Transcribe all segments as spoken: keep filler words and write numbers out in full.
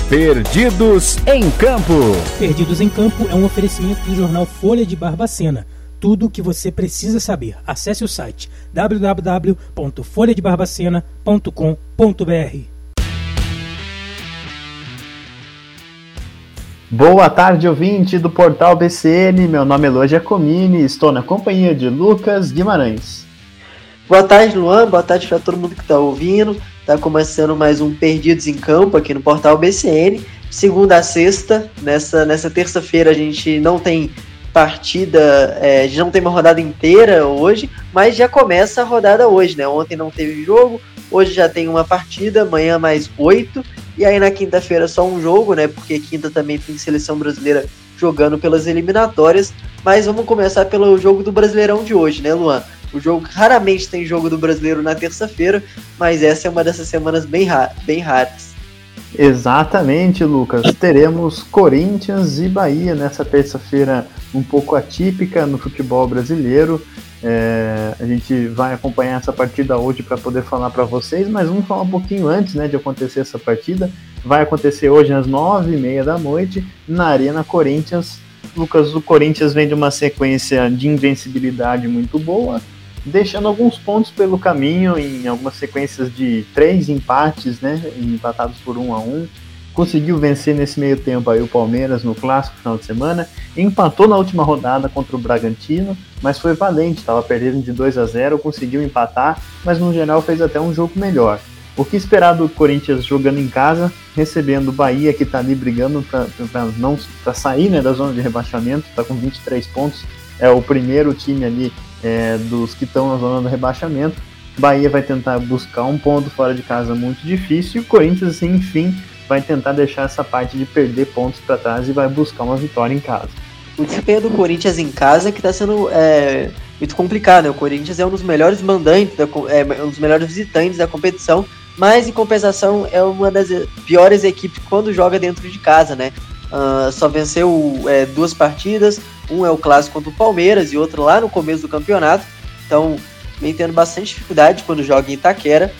Perdidos em Campo. Perdidos em Campo é um oferecimento do jornal Folha de Barbacena. Tudo o que você precisa saber. Acesse o site w w w ponto folha de barbacena ponto com ponto b r. Boa tarde, ouvinte do Portal B C N. Meu nome é Lua Giacomini e estou na companhia de Lucas Guimarães. Boa tarde, Luan. Boa tarde para todo mundo que está ouvindo. Está começando mais um Perdidos em Campo aqui no Portal B C N. Segunda a sexta. Nessa, nessa terça-feira a gente não tem partida, é, a gente não tem uma rodada inteira hoje, mas já começa a rodada hoje, né? Ontem não teve jogo, hoje já tem uma partida, amanhã mais oito, e aí na quinta-feira só um jogo, né? Porque quinta também tem seleção brasileira jogando pelas eliminatórias, mas vamos começar pelo jogo do Brasileirão de hoje, né, Luan? O jogo, raramente tem jogo do Brasileiro na terça-feira, mas essa é uma dessas semanas bem, ra- bem raras. Exatamente, Lucas. Teremos Corinthians e Bahia nessa terça-feira um pouco atípica no futebol brasileiro. É, a gente vai acompanhar essa partida hoje para poder falar para vocês, mas vamos falar um pouquinho antes, né, de acontecer essa partida. Vai acontecer hoje às nove e meia da noite na Arena Corinthians. Lucas, o Corinthians vem de uma sequência de invencibilidade muito boa, deixando alguns pontos pelo caminho em algumas sequências de três empates, né, empatados por um a um. Conseguiu vencer nesse meio tempo aí o Palmeiras no clássico final de semana, empatou na última rodada contra o Bragantino, mas foi valente, estava perdendo de dois a zero, conseguiu empatar, mas no geral fez até um jogo melhor. O que esperar do Corinthians jogando em casa, recebendo o Bahia, que está ali brigando para sair, né, da zona de rebaixamento, está com vinte e três pontos, é o primeiro time ali é, dos que estão na zona do rebaixamento. Bahia vai tentar buscar um ponto fora de casa muito difícil, e o Corinthians, assim, enfim, vai tentar deixar essa parte de perder pontos para trás e vai buscar uma vitória em casa. O desempenho do Corinthians em casa que está sendo é, muito complicado, né? O Corinthians é um dos melhores mandantes, da, é um dos melhores visitantes da competição, mas em compensação é uma das piores equipes quando joga dentro de casa, né? Uh, só venceu é, duas partidas, um é o clássico contra o Palmeiras e outro lá no começo do campeonato, então vem tendo bastante dificuldade quando joga em Itaquera.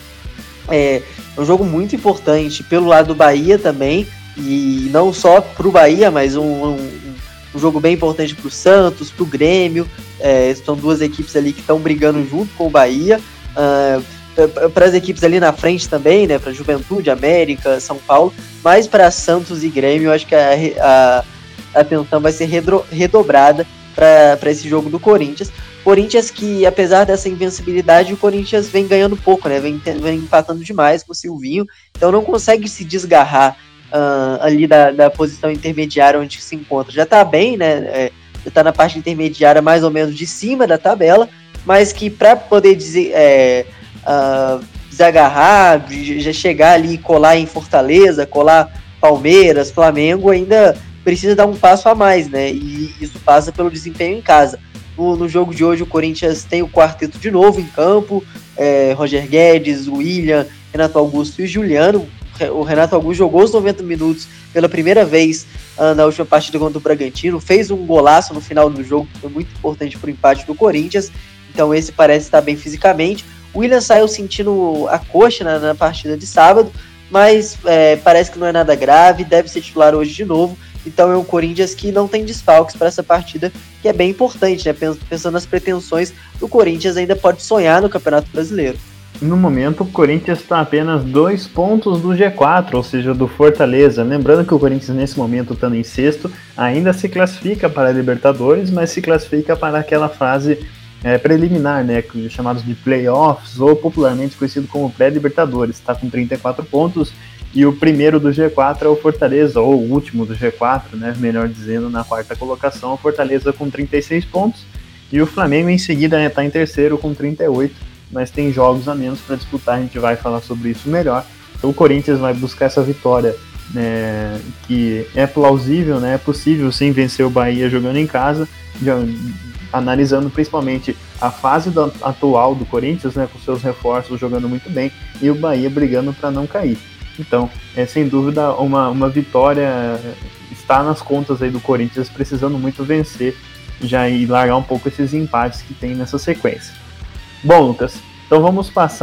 É um jogo muito importante pelo lado do Bahia também, e não só para o Bahia, mas um, um, um jogo bem importante para o Santos, para o Grêmio. É, são duas equipes ali que estão brigando junto com o Bahia. Uh, para as equipes ali na frente também, né, para Juventude, América, São Paulo, mas para Santos e Grêmio, eu acho que a, a, a atenção vai ser redro, redobrada para esse jogo do Corinthians. Corinthians que, apesar dessa invencibilidade, o Corinthians vem ganhando pouco, né, vem, vem empatando demais com o Silvinho, então não consegue se desgarrar uh, ali da, da posição intermediária onde se encontra. Já está bem, né, é, já está na parte intermediária mais ou menos de cima da tabela, mas que para poder dizer... É, Uh, desagarrar, já chegar ali e colar em Fortaleza, colar Palmeiras, Flamengo, ainda precisa dar um passo a mais, né? E isso passa pelo desempenho em casa. No, no jogo de hoje o Corinthians tem o quarteto de novo em campo, é, Roger Guedes, William, Renato Augusto e Juliano. O Renato Augusto jogou os noventa minutos pela primeira vez uh, na última partida contra o Bragantino, fez um golaço no final do jogo, que foi muito importante para o empate do Corinthians, então esse parece estar bem fisicamente. O William saiu sentindo a coxa na, na partida de sábado, mas é, parece que não é nada grave, deve ser titular hoje de novo. Então é um Corinthians que não tem desfalques para essa partida, que é bem importante, né? Pensando nas pretensões do Corinthians, ainda pode sonhar no Campeonato Brasileiro. No momento, o Corinthians está a apenas dois pontos do G quatro, ou seja, do Fortaleza. Lembrando que o Corinthians, nesse momento, estando em sexto, ainda se classifica para a Libertadores, mas se classifica para aquela fase É, preliminar, né, chamados de playoffs, ou popularmente conhecido como pré-libertadores. Está com trinta e quatro pontos, e o primeiro do G quatro é o Fortaleza, ou o último do G quatro, né, melhor dizendo, na quarta colocação, o Fortaleza com trinta e seis pontos, e o Flamengo em seguida está, né, em terceiro com trinta e oito, mas tem jogos a menos para disputar, a gente vai falar sobre isso melhor. Então o Corinthians vai buscar essa vitória, né, que é plausível, né, é possível sim vencer o Bahia jogando em casa, já, analisando principalmente a fase do, atual do Corinthians, né, com seus reforços jogando muito bem, e o Bahia brigando para não cair. Então, é sem dúvida uma, uma vitória está nas contas aí do Corinthians, precisando muito vencer já e largar um pouco esses empates que tem nessa sequência. Bom, Lucas, então vamos passar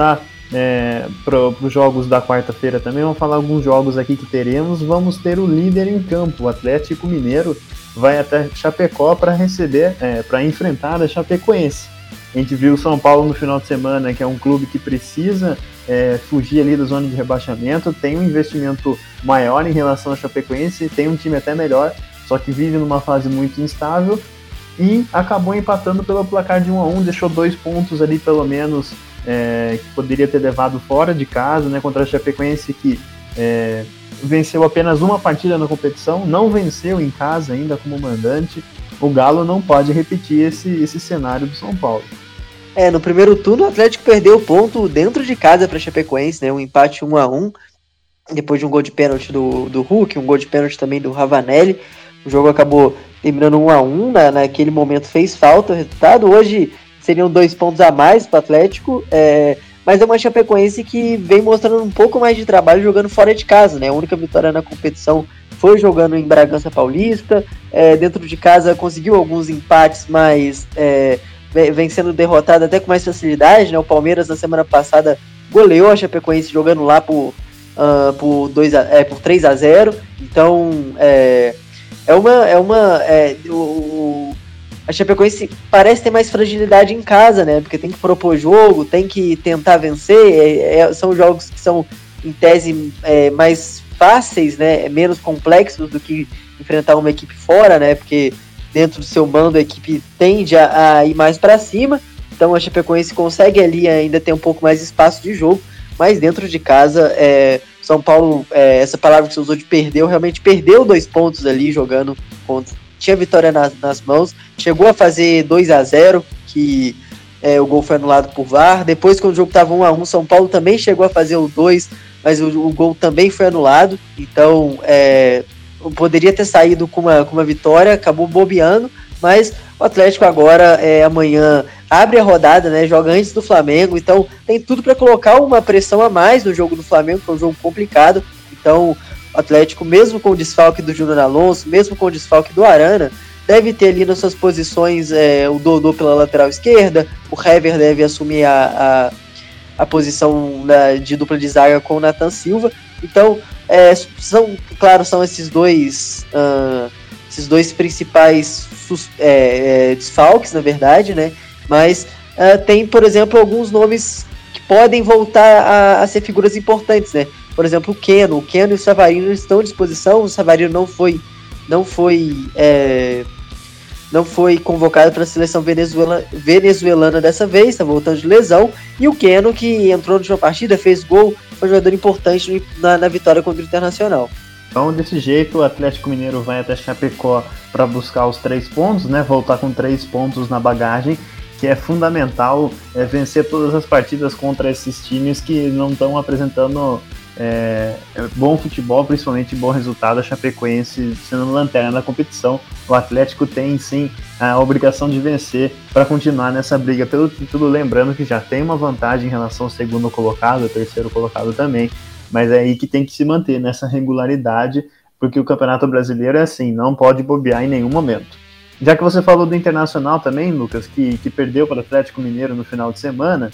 é, para os jogos da quarta-feira também, vamos falar alguns jogos aqui que teremos. Vamos ter o líder em campo, o Atlético Mineiro vai até Chapecó para receber, é, para enfrentar a Chapecoense. A gente viu o São Paulo no final de semana, que é um clube que precisa é, fugir ali da zona de rebaixamento, tem um investimento maior em relação à Chapecoense, tem um time até melhor, só que vive numa fase muito instável e acabou empatando pelo placar de um a um, deixou dois pontos ali pelo menos é, que poderia ter levado fora de casa, né, contra a Chapecoense, que é, venceu apenas uma partida na competição, não venceu em casa ainda como mandante. O Galo não pode repetir esse, esse cenário do São Paulo. É, no primeiro turno o Atlético perdeu o ponto dentro de casa para a Chapecoense, né, um empate um a um, depois de um gol de pênalti do, do Hulk, um gol de pênalti também do Ravanelli. O jogo acabou terminando um a um, na, naquele momento fez falta o resultado. Hoje seriam dois pontos a mais para o Atlético, é, mas é uma Chapecoense que vem mostrando um pouco mais de trabalho jogando fora de casa, né? A única vitória na competição foi jogando em Bragança Paulista, é, dentro de casa conseguiu alguns empates, mas é, vem sendo derrotado até com mais facilidade, né? O Palmeiras na semana passada goleou a Chapecoense jogando lá por, uh, por, dois a, é, por três a zero, então é, é uma... É uma é, o, a Chapecoense parece ter mais fragilidade em casa, né? Porque tem que propor jogo, tem que tentar vencer. É, é, são jogos que são, em tese, é, mais fáceis, né? Menos complexos do que enfrentar uma equipe fora, né? Porque dentro do seu mando a equipe tende a, a ir mais para cima. Então a Chapecoense consegue ali ainda ter um pouco mais de espaço de jogo. Mas dentro de casa, é, São Paulo, é, essa palavra que você usou de perdeu, realmente perdeu dois pontos ali jogando contra. Tinha vitória nas, nas mãos, chegou a fazer dois a zero, que é, o gol foi anulado por V A R. Depois, quando o jogo estava um a um, São Paulo também chegou a fazer o dois, mas o, o gol também foi anulado. Então, é, poderia ter saído com uma, com uma vitória, acabou bobeando, mas o Atlético agora, é, amanhã, abre a rodada, né, joga antes do Flamengo, então tem tudo para colocar uma pressão a mais no jogo do Flamengo, que é um jogo complicado. Então, o Atlético, mesmo com o desfalque do Júnior Alonso, mesmo com o desfalque do Arana, deve ter ali nas suas posições é, o Dodô pela lateral esquerda, o Hever deve assumir a, a, a posição da, de dupla de zaga com o Nathan Silva. Então, é, são, claro, são esses dois, uh, esses dois principais sus, é, é, desfalques, na verdade, né? Mas uh, tem, por exemplo, alguns nomes que podem voltar a, a ser figuras importantes, né? Por exemplo, o Keno. O Keno e o Savarino estão à disposição. O Savarino não foi, não foi, é, não foi convocado para a seleção venezuela, venezuelana dessa vez, está voltando de lesão. E o Keno, que entrou na última partida, fez gol, foi um jogador importante na, na vitória contra o Internacional. Então, desse jeito, o Atlético Mineiro vai até Chapecó para buscar os três pontos, né? Voltar com três pontos na bagagem, que é fundamental é, vencer todas as partidas contra esses times que não estão apresentando É, bom futebol, principalmente bom resultado. A Chapecoense sendo lanterna da competição, o Atlético tem sim a obrigação de vencer para continuar nessa briga pelo título, lembrando que já tem uma vantagem em relação ao segundo colocado, ao terceiro colocado também, mas é aí que tem que se manter nessa regularidade, porque o Campeonato Brasileiro é assim, não pode bobear em nenhum momento. Já que você falou do Internacional também, Lucas, que, que perdeu para o Atlético Mineiro no final de semana,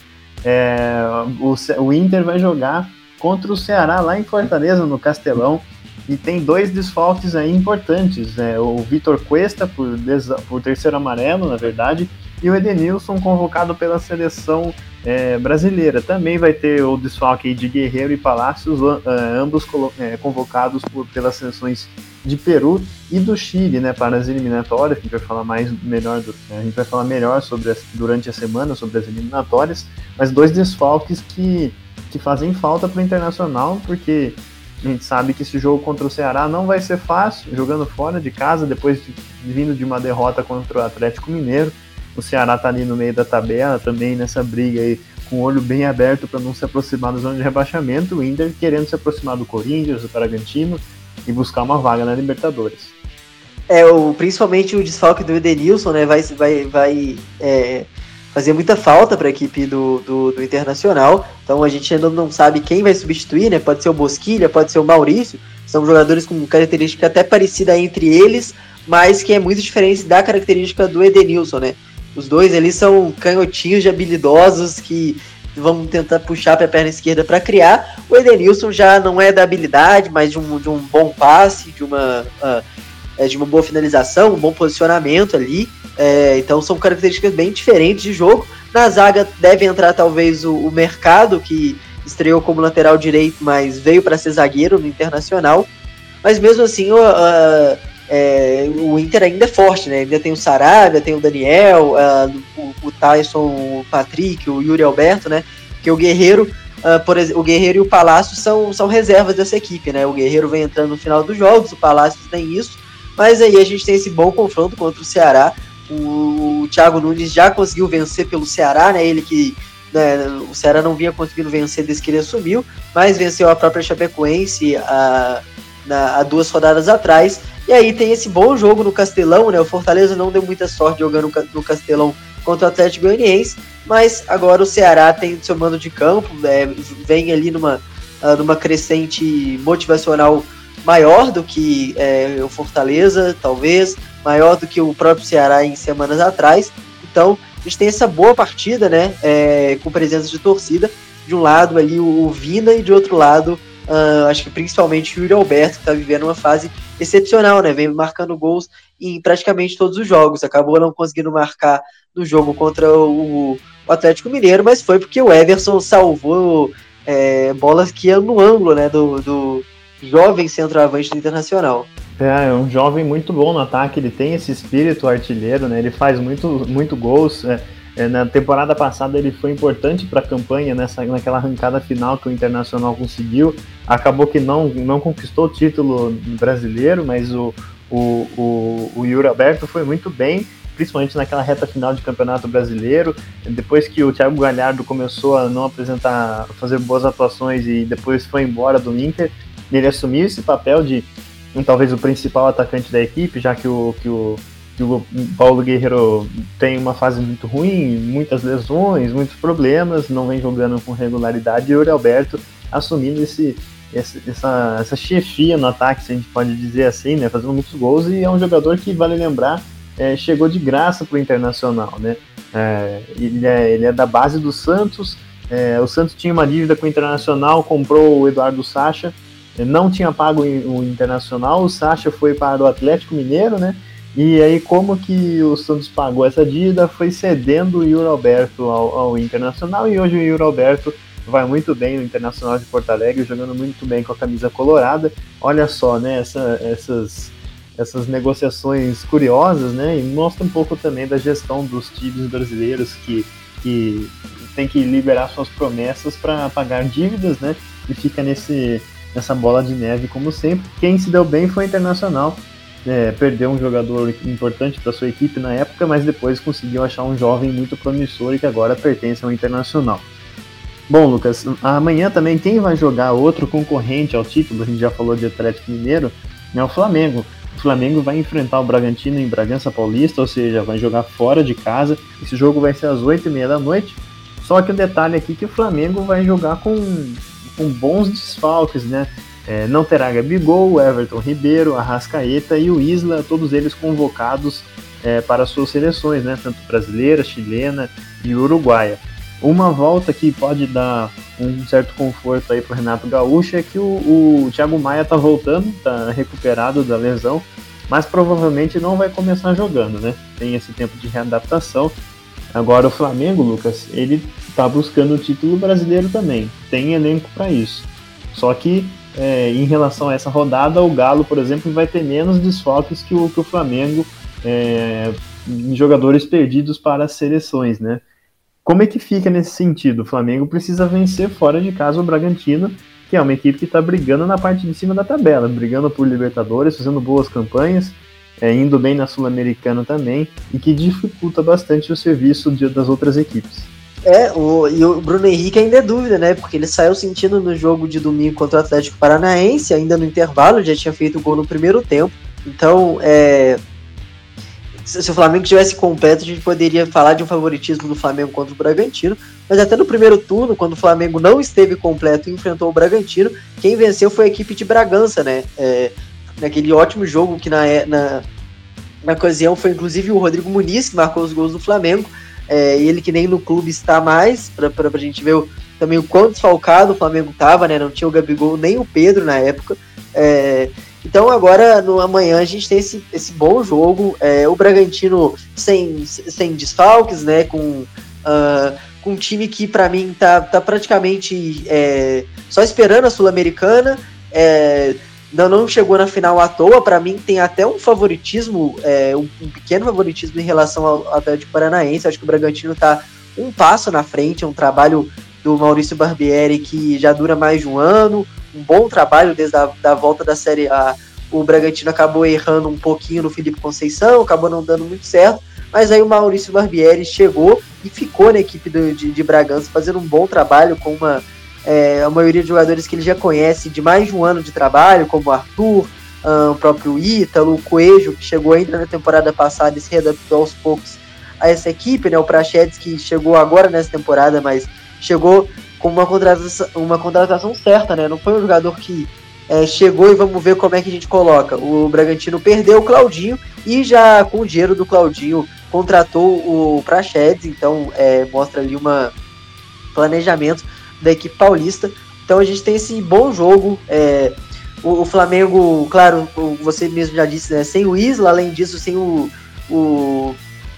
é, o, o Inter vai jogar contra o Ceará lá em Fortaleza, no Castelão, e tem dois desfalques aí importantes, né? O Vitor Cuesta por, por terceiro amarelo, na verdade, e o Edenilson convocado pela seleção é, brasileira. Também vai ter o desfalque aí de Guerreiro e Palácios, ambos é, convocados por, pelas seleções de Peru e do Chile, né, para as eliminatórias. A gente vai falar mais melhor do, a gente vai falar melhor sobre as, durante a semana sobre as eliminatórias, mas dois desfalques que que fazem falta para o Internacional, porque a gente sabe que esse jogo contra o Ceará não vai ser fácil, jogando fora de casa, depois de, de vindo de uma derrota contra o Atlético Mineiro. O Ceará está ali no meio da tabela, também nessa briga aí, com o olho bem aberto para não se aproximar da zona de rebaixamento. O Inter querendo se aproximar do Corinthians, do Bragantino, e buscar uma vaga na Libertadores. É, o, principalmente o desfalque do Edenilson, né, vai, vai, vai é... fazia muita falta para a equipe do, do, do Internacional, então a gente ainda não sabe quem vai substituir, né? Pode ser o Bosquilha, pode ser o Maurício, são jogadores com característica até parecida entre eles, mas que é muito diferente da característica do Edenilson, né? Os dois ali são canhotinhos de habilidosos que vamos tentar puxar para a perna esquerda para criar. O Edenilson já não é da habilidade, mas de um, de um bom passe, de uma, uh, de uma boa finalização, um bom posicionamento ali. É, então são características bem diferentes de jogo. Na zaga deve entrar talvez o, o Mercado, que estreou como lateral direito, mas veio para ser zagueiro no Internacional. Mas mesmo assim, o, uh, é, o Inter ainda é forte, né? Ainda tem o Sarabia, tem o Daniel, uh, o, o Tyson, o Patrick, o Yuri Alberto, né? Que o Guerreiro, uh, por exemplo, o Guerreiro e o Palácio são, são reservas dessa equipe, né? O Guerreiro vem entrando no final dos jogos, o Palácio tem isso, mas aí a gente tem esse bom confronto contra o Ceará. O, o Thiago Nunes já conseguiu vencer pelo Ceará, né? Ele que né, o Ceará não vinha conseguindo vencer desde que ele assumiu, mas venceu a própria Chapecoense a, na, há duas rodadas atrás. E aí tem esse bom jogo no Castelão, né? O Fortaleza não deu muita sorte jogando no Castelão contra o Atlético Goianiense, mas agora o Ceará tem seu mando de campo, é, vem ali numa, numa crescente motivacional maior do que é, o Fortaleza, talvez, maior do que o próprio Ceará em semanas atrás. Então, a gente tem essa boa partida, né, é, com presença de torcida. De um lado ali o Vina e de outro lado, uh, acho que principalmente o Yuri Alberto, que está vivendo uma fase excepcional, né, vem marcando gols em praticamente todos os jogos. Acabou não conseguindo marcar no jogo contra o, o Atlético Mineiro, mas foi porque o Everson salvou é, bolas que iam no ângulo, né, do, do jovem centroavante do Internacional. É, é um jovem muito bom no ataque, ele tem esse espírito artilheiro, né? Ele faz muito, muito gols. É, é, na temporada passada ele foi importante para a campanha, nessa, naquela arrancada final que o Internacional conseguiu. Acabou que não, não conquistou o título brasileiro, mas o, o, o, o Yuri Alberto foi muito bem, principalmente naquela reta final de Campeonato Brasileiro. Depois que o Thiago Galhardo começou a não apresentar, fazer boas atuações e depois foi embora do Inter, ele assumiu esse papel de um, talvez o principal atacante da equipe, já que o, que, o, que o Paulo Guerreiro tem uma fase muito ruim, muitas lesões, muitos problemas, não vem jogando com regularidade, e o Yuri Alberto assumindo esse, esse, essa, essa chefia no ataque, se a gente pode dizer assim, né, fazendo muitos gols, e é um jogador que, vale lembrar, é, chegou de graça para o Internacional, né? É, ele, é, ele é da base do Santos, é, o Santos tinha uma dívida com o Internacional, comprou o Eduardo Sacha, não tinha pago o Internacional, o Sacha foi para o Atlético Mineiro, né? E aí como que o Santos pagou essa dívida, foi cedendo o Yuri Alberto ao, ao Internacional, e hoje o Yuri Alberto vai muito bem no Internacional de Porto Alegre, jogando muito bem com a camisa colorada. Olha só, né, essa, essas, essas negociações curiosas, né, e mostra um pouco também da gestão dos times brasileiros que, que tem que liberar suas promessas para pagar dívidas, né, e fica nesse... essa bola de neve, como sempre. Quem se deu bem foi o Internacional, é, perdeu um jogador importante para sua equipe na época, mas depois conseguiu achar um jovem muito promissor e que agora pertence ao Internacional. Bom, Lucas, amanhã também quem vai jogar outro concorrente ao título, a gente já falou de Atlético Mineiro, é o Flamengo. O Flamengo vai enfrentar o Bragantino em Bragança Paulista, ou seja, vai jogar fora de casa. Esse jogo vai ser às oito e meia da noite, só que o detalhe aqui é que o Flamengo vai jogar com... com bons desfalques, né? É, não terá Gabigol, Everton Ribeiro, Arrascaeta e o Isla, todos eles convocados é, para suas seleções, né? Tanto brasileira, chilena e uruguaia. Uma volta que pode dar um certo conforto aí para o Renato Gaúcho é que o, o Thiago Maia está voltando, está recuperado da lesão, mas provavelmente não vai começar jogando, né? Tem esse tempo de readaptação. Agora o Flamengo, Lucas, ele está buscando o título brasileiro também, tem elenco para isso. Só que é, em relação a essa rodada, o Galo, por exemplo, vai ter menos desfalques que o, que o Flamengo, é, em jogadores perdidos para as seleções, né? Como é que fica nesse sentido? O Flamengo precisa vencer fora de casa o Bragantino, que é uma equipe que está brigando na parte de cima da tabela, brigando por Libertadores, fazendo boas campanhas, É, indo bem na Sul-Americana também, e que dificulta bastante o serviço de, das outras equipes. É, o, e o Bruno Henrique ainda é dúvida, né? Porque ele saiu sentindo no jogo de domingo contra o Atlético Paranaense, ainda no intervalo, já tinha feito o gol no primeiro tempo. Então, é, se o Flamengo tivesse completo, a gente poderia falar de um favoritismo do Flamengo contra o Bragantino, mas até no primeiro turno, quando o Flamengo não esteve completo e enfrentou o Bragantino, quem venceu foi a equipe de Bragança, né? É, naquele ótimo jogo que na, na, na ocasião foi inclusive o Rodrigo Muniz que marcou os gols do Flamengo. é, ele que nem no clube está mais, para a gente ver o, também o quão desfalcado o Flamengo estava, né? Não tinha o Gabigol nem o Pedro na época. É, então agora, no amanhã, a gente tem esse, esse bom jogo, é, o Bragantino sem, sem desfalques, né? Com, uh, com um time que para mim tá, tá praticamente é, só esperando a Sul-Americana, é, não, não chegou na final à toa. Para mim tem até um favoritismo, é, um, um pequeno favoritismo em relação ao Atlético Paranaense. Acho que o Bragantino está um passo na frente, é um trabalho do Maurício Barbieri que já dura mais de um ano, um bom trabalho desde a da volta da Série A. O Bragantino acabou errando um pouquinho no Felipe Conceição, acabou não dando muito certo, mas aí o Maurício Barbieri chegou e ficou na equipe do, de, de Bragança, fazendo um bom trabalho com uma É, a maioria de jogadores que ele já conhece de mais de um ano de trabalho, como o Arthur, um, o próprio Ítalo, o Coelho, que chegou ainda na temporada passada e se readaptou aos poucos a essa equipe, né? O Prachedes, que chegou agora nessa temporada, mas chegou com uma contratação, uma contratação certa, né? Não foi um jogador que é, chegou e vamos ver como é que a gente coloca. O Bragantino perdeu o Claudinho e já com o dinheiro do Claudinho contratou o Prachedes, então é, mostra ali um planejamento da equipe paulista. Então a gente tem esse bom jogo, é, o, o Flamengo, claro, você mesmo já disse, né, sem o Isla, além disso sem o, o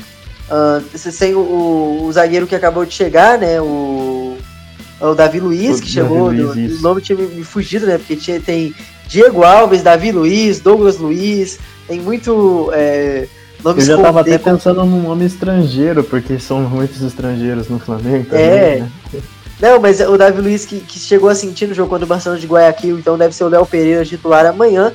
uh, sem o, o zagueiro que acabou de chegar, né, o, o Davi Luiz, que chegou, o nome tinha me fugido, né, porque tinha, tem Diego Alves, Davi Luiz, Douglas Luiz, tem muito é, nome. Eu já estava até pensando num nome estrangeiro, porque são muitos estrangeiros no Flamengo também, é, né? Não, mas o Davi Luiz que, que chegou a sentir no jogo contra o Barcelona de Guayaquil, então deve ser o Léo Pereira titular amanhã.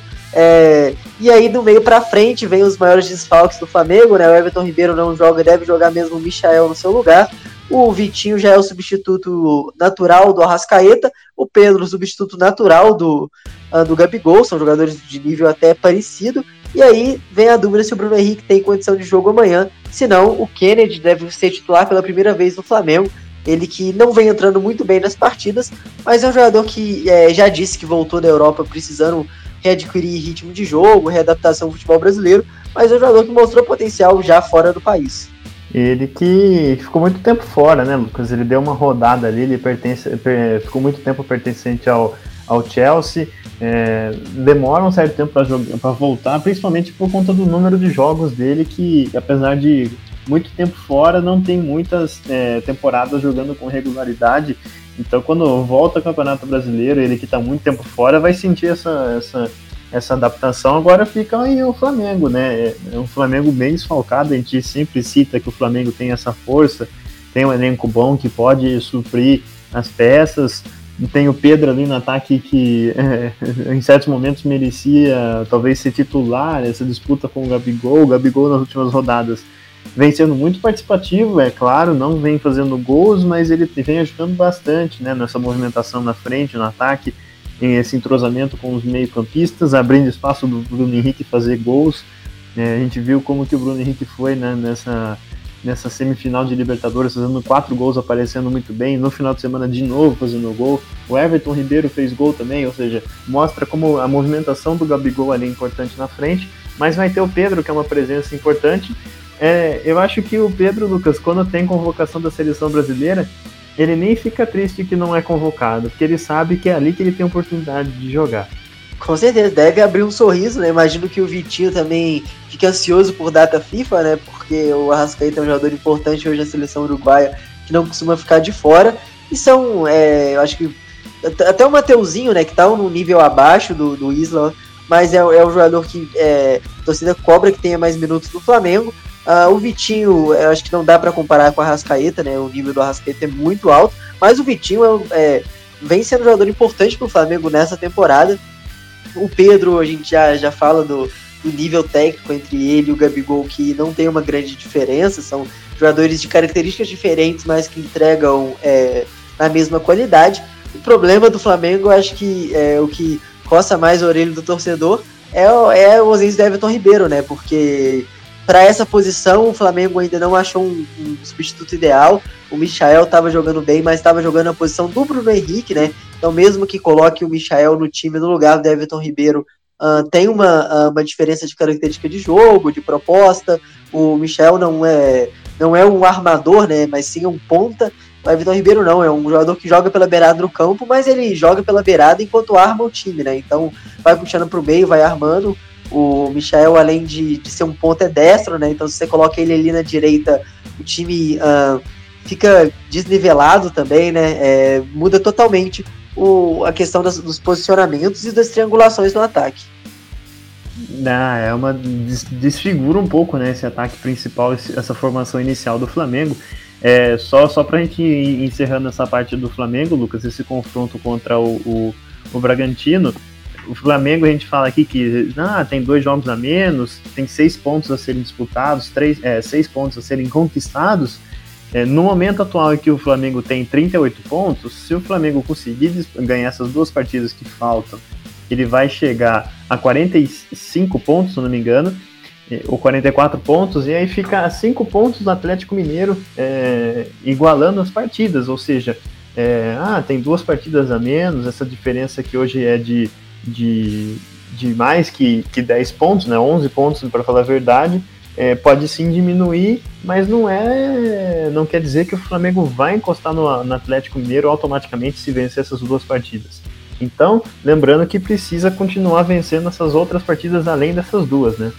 É, e aí do meio pra frente vem os maiores desfalques do Flamengo, né? O Everton Ribeiro não joga, deve jogar mesmo o Michael no seu lugar. O Vitinho já é o substituto natural do Arrascaeta. O Pedro, o substituto natural do, uh, do Gabigol. São jogadores de nível até parecido. E aí vem a dúvida se o Bruno Henrique tem condição de jogo amanhã. Se não, o Kennedy deve ser titular pela primeira vez no Flamengo. Ele que não vem entrando muito bem nas partidas, mas é um jogador que é, já disse que voltou da Europa precisando readquirir ritmo de jogo, readaptação ao futebol brasileiro, mas é um jogador que mostrou potencial já fora do país. Ele que ficou muito tempo fora, né, Lucas? Ele deu uma rodada ali, ele pertence, ficou muito tempo pertencente ao, ao Chelsea, é, demora um certo tempo para voltar, principalmente por conta do número de jogos dele, que apesar de muito tempo fora, não tem muitas é, temporadas jogando com regularidade. Então quando volta ao Campeonato Brasileiro, ele que está muito tempo fora vai sentir essa, essa, essa adaptação. Agora fica aí o Flamengo, né? É um Flamengo bem desfalcado. A gente sempre cita que o Flamengo tem essa força, tem um elenco bom que pode suprir as peças. Tem o Pedro ali no ataque que é, em certos momentos merecia talvez ser titular nessa disputa com o Gabigol. O Gabigol nas últimas rodadas vem sendo muito participativo, é claro, não vem fazendo gols, mas ele vem ajudando bastante, né, nessa movimentação na frente, no ataque, em esse entrosamento com os meio-campistas, abrindo espaço do Bruno Henrique fazer gols. É, a gente viu como que o Bruno Henrique foi, né, nessa, nessa semifinal de Libertadores, fazendo quatro gols, aparecendo muito bem, no final de semana de novo fazendo gol. O Everton Ribeiro fez gol também, ou seja, mostra como a movimentação do Gabigol ali é importante na frente, mas vai ter o Pedro, que é uma presença importante. É, eu acho que o Pedro, Lucas, quando tem convocação da seleção brasileira, ele nem fica triste que não é convocado, porque ele sabe que é ali que ele tem oportunidade de jogar. Com certeza, deve abrir um sorriso, né? Imagino que o Vitinho também fique ansioso por data FIFA, né? Porque o Arrascaeta é um jogador importante hoje na seleção uruguaia, que não costuma ficar de fora. E são, é, eu acho que até o Mateuzinho, né? Que tá num nível abaixo do, do Isla, mas é, é um jogador que é, a torcida cobra que tenha mais minutos no Flamengo. Uh, o Vitinho, eu acho que não dá para comparar com a Arrascaeta, né? O nível do Arrascaeta é muito alto, mas o Vitinho é, é, vem sendo um jogador importante para o Flamengo nessa temporada. O Pedro, a gente já, já fala do, do nível técnico entre ele e o Gabigol, que não tem uma grande diferença, são jogadores de características diferentes, mas que entregam é, na mesma qualidade. O problema do Flamengo, eu acho que é, o que coça mais a orelha do torcedor é, é o ausência do Everton Ribeiro, né? Porque para essa posição, o Flamengo ainda não achou um, um substituto ideal. O Michael estava jogando bem, mas estava jogando na posição do Bruno Henrique, né? Então, mesmo que coloque o Michael no time no lugar do Everton Ribeiro, uh, tem uma, uh, uma diferença de característica de jogo, de proposta. O Michael não é, não é um armador, né, mas sim um ponta. O Everton Ribeiro não, é um jogador que joga pela beirada do campo, mas ele joga pela beirada enquanto arma o time, né? Então vai puxando pro meio, vai armando. O Michael, além de, de ser um ponta, é destro, né? Então se você coloca ele ali na direita, o time uh, fica desnivelado também, né? É, muda totalmente o, a questão das, dos posicionamentos e das triangulações no ataque. Ah, é uma desfigura um pouco, né, esse ataque principal, essa formação inicial do Flamengo. É, só, só pra gente ir encerrando essa parte do Flamengo, Lucas, esse confronto contra o, o, o Bragantino, o Flamengo, a gente fala aqui que ah, tem dois jogos a menos, tem seis pontos a serem disputados, três, é, seis pontos a serem conquistados. É, no momento atual em que o Flamengo tem trinta e oito pontos, se o Flamengo conseguir ganhar essas duas partidas que faltam, ele vai chegar a quarenta e cinco pontos, se não me engano, ou quarenta e quatro pontos, e aí fica a cinco pontos do Atlético Mineiro, é, igualando as partidas, ou seja, é, ah, tem duas partidas a menos, essa diferença que hoje é de, de, de mais que, que dez pontos, né, onze pontos para falar a verdade, é, pode sim diminuir, mas não é, não quer dizer que o Flamengo vai encostar no, no Atlético Mineiro automaticamente se vencer essas duas partidas. Então, lembrando que precisa continuar vencendo essas outras partidas além dessas duas, né?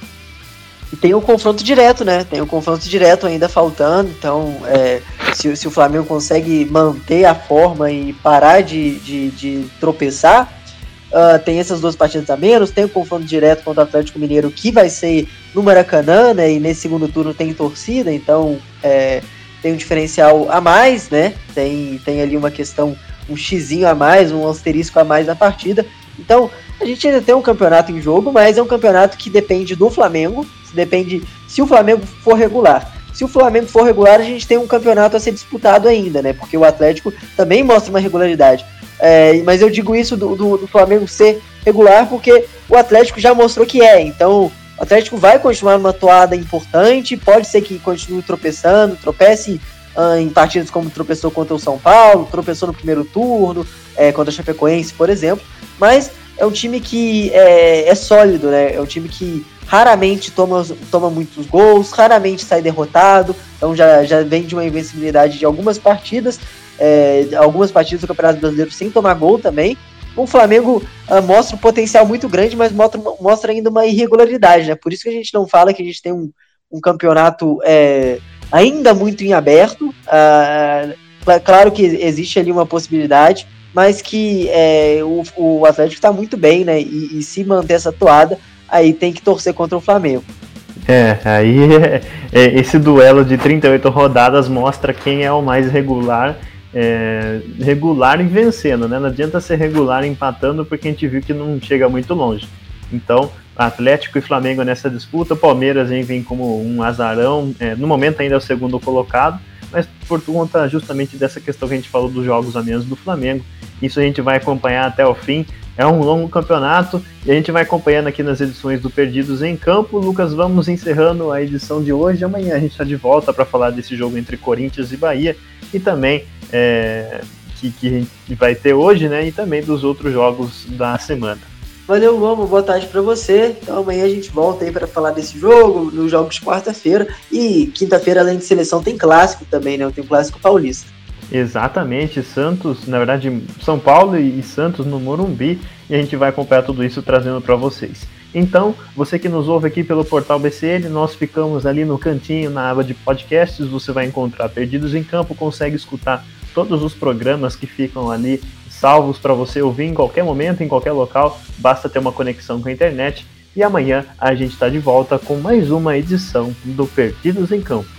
E tem o confronto direto, né? Tem o confronto direto ainda faltando. Então, é, se, se o Flamengo consegue manter a forma e parar de, de, de tropeçar, uh, tem essas duas partidas a menos. Tem o confronto direto contra o Atlético Mineiro, que vai ser no Maracanã, né? E nesse segundo turno tem torcida, então é, tem um diferencial a mais, né? Tem, tem ali uma questão, um xizinho a mais, um asterisco a mais na partida. Então, a gente ainda tem um campeonato em jogo, mas é um campeonato que depende do Flamengo. Depende se o Flamengo for regular. Se o Flamengo for regular, a gente tem um campeonato a ser disputado ainda, né? Porque o Atlético também mostra uma regularidade. É, mas eu digo isso do, do, do Flamengo ser regular porque o Atlético já mostrou que é. Então, o Atlético vai continuar numa toada importante. Pode ser que continue tropeçando, tropece ah, em partidas como tropeçou contra o São Paulo, tropeçou no primeiro turno, é, contra a Chapecoense, por exemplo. Mas é um time que é, é sólido, né? É um time que raramente toma, toma muitos gols, raramente sai derrotado, então já, já vem de uma invencibilidade de algumas partidas, é, algumas partidas do Campeonato Brasileiro sem tomar gol também. O Flamengo uh, mostra um potencial muito grande, mas mostra, mostra ainda uma irregularidade, né? Por isso que a gente não fala que a gente tem um, um campeonato é, ainda muito em aberto. Uh, claro que existe ali uma possibilidade, mas que é, o, o Atlético está muito bem, né? E, e se manter essa toada, aí tem que torcer contra o Flamengo. É, aí é, é, esse duelo de trinta e oito rodadas mostra quem é o mais regular, é, regular e vencendo, né? Não adianta ser regular empatando porque a gente viu que não chega muito longe. Então, Atlético e Flamengo nessa disputa, o Palmeiras vem como um azarão, é, no momento ainda é o segundo colocado, mas por conta justamente dessa questão que a gente falou dos jogos a menos do Flamengo, isso a gente vai acompanhar até o fim. É um longo campeonato e a gente vai acompanhando aqui nas edições do Perdidos em Campo. Lucas, vamos encerrando a edição de hoje. Amanhã a gente está de volta para falar desse jogo entre Corinthians e Bahia e também é, que, que a gente vai ter hoje, né? E também dos outros jogos da semana. Valeu, Luan, boa tarde para você. Então amanhã a gente volta aí para falar desse jogo, nos jogos de quarta-feira. E quinta-feira, além de seleção, tem clássico também, né? Tem um clássico paulista. Exatamente, Santos, na verdade São Paulo e Santos no Morumbi, e a gente vai acompanhar tudo isso trazendo para vocês. Então, você que nos ouve aqui pelo portal B C N, nós ficamos ali no cantinho, na aba de podcasts, você vai encontrar Perdidos em Campo, consegue escutar todos os programas que ficam ali salvos para você ouvir em qualquer momento, em qualquer local, basta ter uma conexão com a internet, e amanhã a gente está de volta com mais uma edição do Perdidos em Campo.